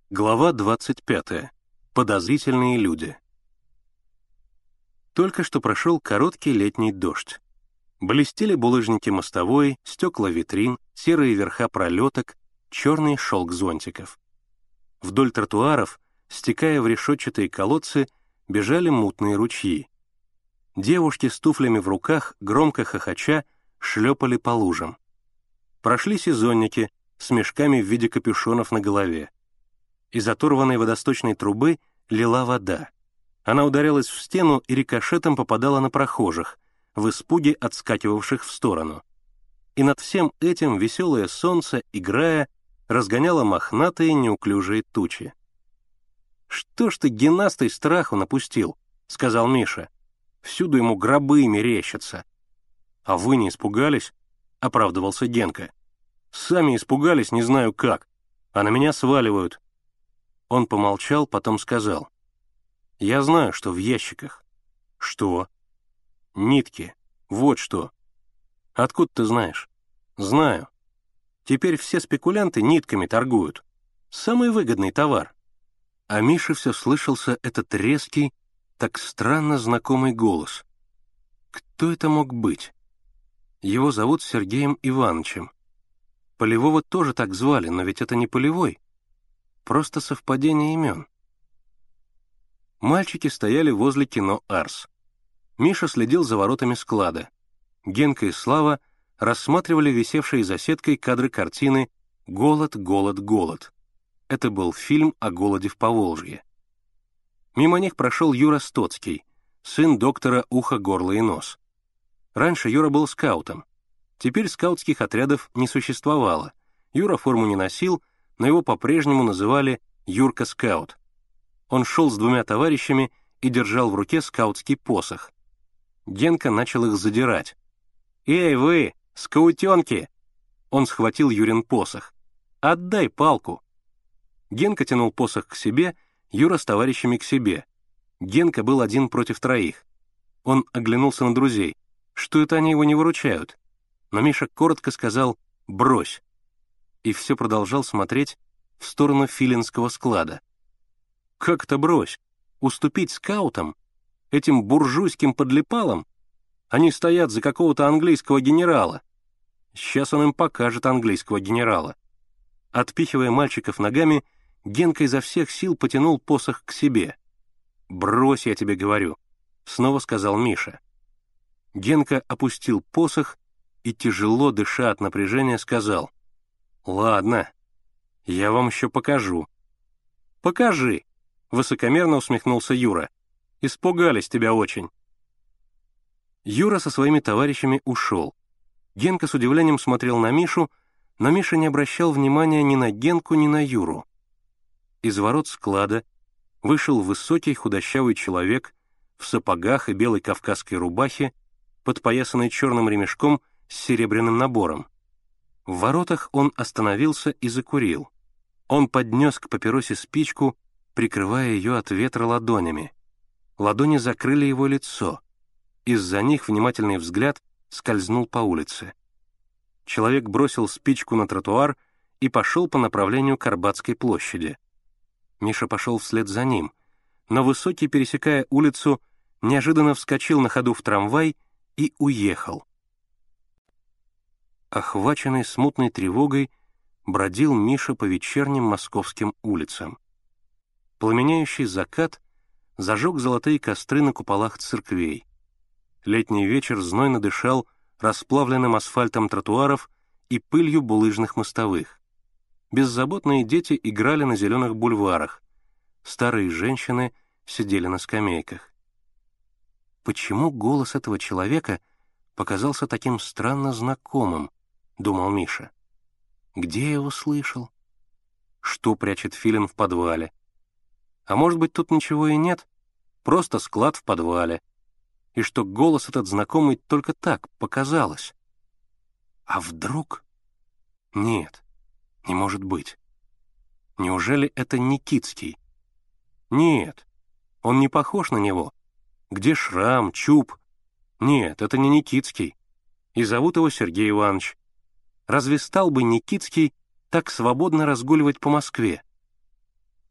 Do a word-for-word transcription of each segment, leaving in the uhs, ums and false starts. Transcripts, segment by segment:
Глава двадцать пятая. Подозрительные люди. Только что прошел короткий летний дождь. Блестели булыжники мостовой, стекла витрин, серые верха пролеток, черный шелк зонтиков. Вдоль тротуаров, стекая в решетчатые колодцы, бежали мутные ручьи. Девушки с туфлями в руках, громко хохоча, шлепали по лужам. Прошли сезонники с мешками в виде капюшонов на голове. Из оторванной водосточной трубы лила вода. Она ударялась в стену и рикошетом попадала на прохожих, в испуге отскакивавших в сторону. И над всем этим веселое солнце, играя, разгоняло мохнатые неуклюжие тучи. «Что ж ты гимнастой страху напустил?» — сказал Миша. «Всюду ему гробы мерещатся». «А вы не испугались?» — оправдывался Генка. «Сами испугались, не знаю как, а на меня сваливают». Он помолчал, потом сказал. «Я знаю, что в ящиках». «Что?» «Нитки. Вот что». «Откуда ты знаешь?» «Знаю. Теперь все спекулянты нитками торгуют. Самый выгодный товар». А Мише все слышался этот резкий, так странно знакомый голос. Кто это мог быть? Его зовут Сергеем Ивановичем. Полевого тоже так звали, но ведь это не Полевой. Просто совпадение имен. Мальчики стояли возле кино «Арс». Миша следил за воротами склада. Генка и Слава рассматривали висевшие за сеткой кадры картины «Голод, голод, голод». Это был фильм о голоде в Поволжье. Мимо них прошел Юра Стоцкий, сын доктора ухо, горло и нос. Раньше Юра был скаутом. Теперь скаутских отрядов не существовало. Юра форму не носил, но его по-прежнему называли Юрка-скаут. Он шел с двумя товарищами и держал в руке скаутский посох. Генка начал их задирать. «Эй вы, скаутенки!» Он схватил Юрин посох. «Отдай палку!» Генка тянул посох к себе, Юра с товарищами к себе. Генка был один против троих. Он оглянулся на друзей. Что это они его не выручают? Но Миша коротко сказал «брось!» и все продолжал смотреть в сторону филинского склада. «Как это брось? Уступить скаутам? Этим буржуйским подлипалам? Они стоят за какого-то английского генерала. Сейчас он им покажет английского генерала». Отпихивая мальчиков ногами, Генка изо всех сил потянул посох к себе. «Брось, я тебе говорю», — снова сказал Миша. Генка опустил посох и, тяжело дыша от напряжения, сказал: «Ладно, я вам еще покажу». «Покажи», — высокомерно усмехнулся Юра. «Испугались тебя очень». Юра со своими товарищами ушел. Генка с удивлением смотрел на Мишу, но Миша не обращал внимания ни на Генку, ни на Юру. Из ворот склада вышел высокий худощавый человек в сапогах и белой кавказской рубахе, подпоясанной черным ремешком с серебряным набором. В воротах он остановился и закурил. Он поднес к папиросе спичку, прикрывая ее от ветра ладонями. Ладони закрыли его лицо. Из-за них внимательный взгляд скользнул по улице. Человек бросил спичку на тротуар и пошел по направлению к Арбатской площади. Миша пошел вслед за ним, но Высокий, пересекая улицу, неожиданно вскочил на ходу в трамвай и уехал. Охваченный смутной тревогой, бродил Миша по вечерним московским улицам. Пламенеющий закат зажег золотые костры на куполах церквей. Летний вечер знойно дышал расплавленным асфальтом тротуаров и пылью булыжных мостовых. Беззаботные дети играли на зеленых бульварах. Старые женщины сидели на скамейках. Почему голос этого человека показался таким странно знакомым, думал Миша. Где я его слышал? Что прячет Филин в подвале? А может быть, тут ничего и нет? Просто склад в подвале. И что голос этот знакомый только так показалось. А вдруг? Нет, не может быть. Неужели это Никитский? Нет, он не похож на него. Где шрам, чуб? Нет, это не Никитский. И зовут его Сергей Иванович. Разве стал бы Никитский так свободно разгуливать по Москве?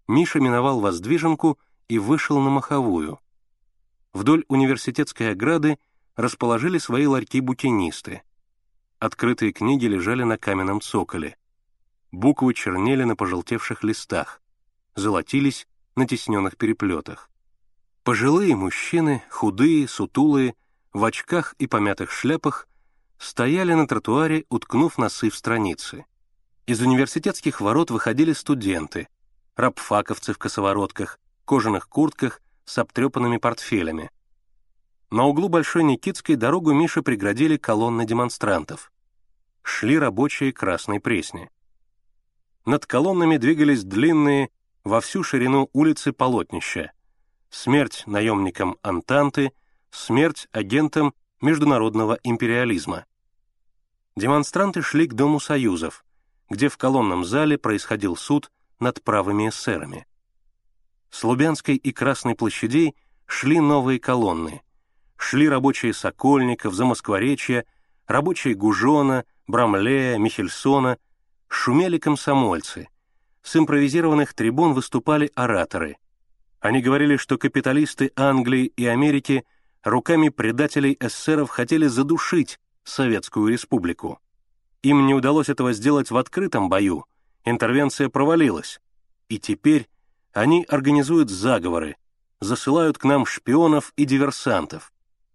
Миша миновал Воздвиженку и вышел на Маховую. Вдоль университетской ограды расположили свои ларьки-букинисты. Открытые книги лежали на каменном цоколе. Буквы чернели на пожелтевших листах, золотились на тисненных переплетах. Пожилые мужчины, худые, сутулые, в очках и помятых шляпах, стояли на тротуаре, уткнув носы в страницы. Из университетских ворот выходили студенты, рабфаковцы в косоворотках, кожаных куртках с обтрепанными портфелями. На углу Большой Никитской дорогу Мише преградили колонны демонстрантов. Шли рабочие Красной Пресни. Над колоннами двигались длинные во всю ширину улицы полотнища. Смерть наемникам Антанты, смерть агентам международного империализма. Демонстранты шли к Дому Союзов, где в колонном зале происходил суд над правыми эсерами. С Лубянской и Красной площадей шли новые колонны. Шли рабочие Сокольников, Замоскворечья, рабочие Гужона, Брамлея, Михельсона, шумели комсомольцы. С импровизированных трибун выступали ораторы. Они говорили, что капиталисты Англии и Америки руками предателей эсеров хотели задушить Советскую Республику. Им не удалось этого сделать в открытом бою, интервенция провалилась. И теперь они организуют заговоры, засылают к нам шпионов и диверсантов.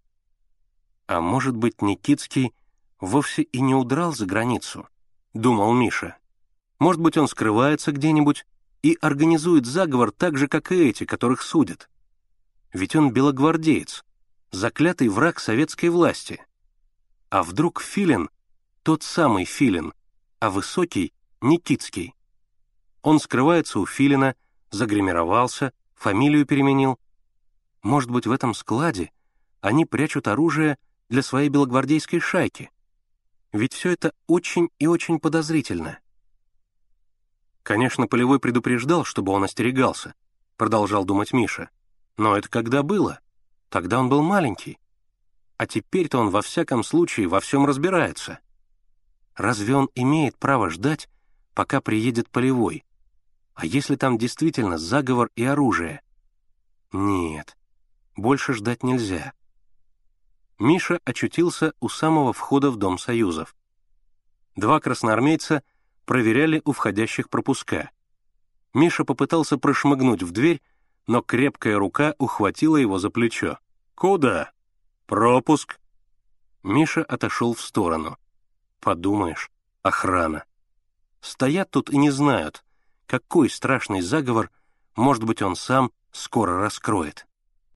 А может быть, Никитский вовсе и не удрал за границу, думал Миша. Может быть, он скрывается где-нибудь и организует заговор так же, как и эти, которых судят. Ведь он белогвардеец, заклятый враг советской власти. А вдруг Филин — тот самый Филин, а высокий — Никитский. Он скрывается у Филина, загримировался, фамилию переменил. Может быть, в этом складе они прячут оружие для своей белогвардейской шайки. Ведь все это очень и очень подозрительно. Конечно, Полевой предупреждал, чтобы он остерегался, продолжал думать Миша. Но это когда было? Тогда он был маленький. А теперь-то он во всяком случае во всем разбирается. Разве он имеет право ждать, пока приедет Полевой? А если там действительно заговор и оружие? Нет, больше ждать нельзя. Миша очутился у самого входа в Дом Союзов. Два красноармейца проверяли у входящих пропуска. Миша попытался прошмыгнуть в дверь, но крепкая рука ухватила его за плечо. «Куда?» «Пропуск». Миша отошел в сторону. Подумаешь, охрана. Стоят тут и не знают, какой страшный заговор, может быть, он сам скоро раскроет.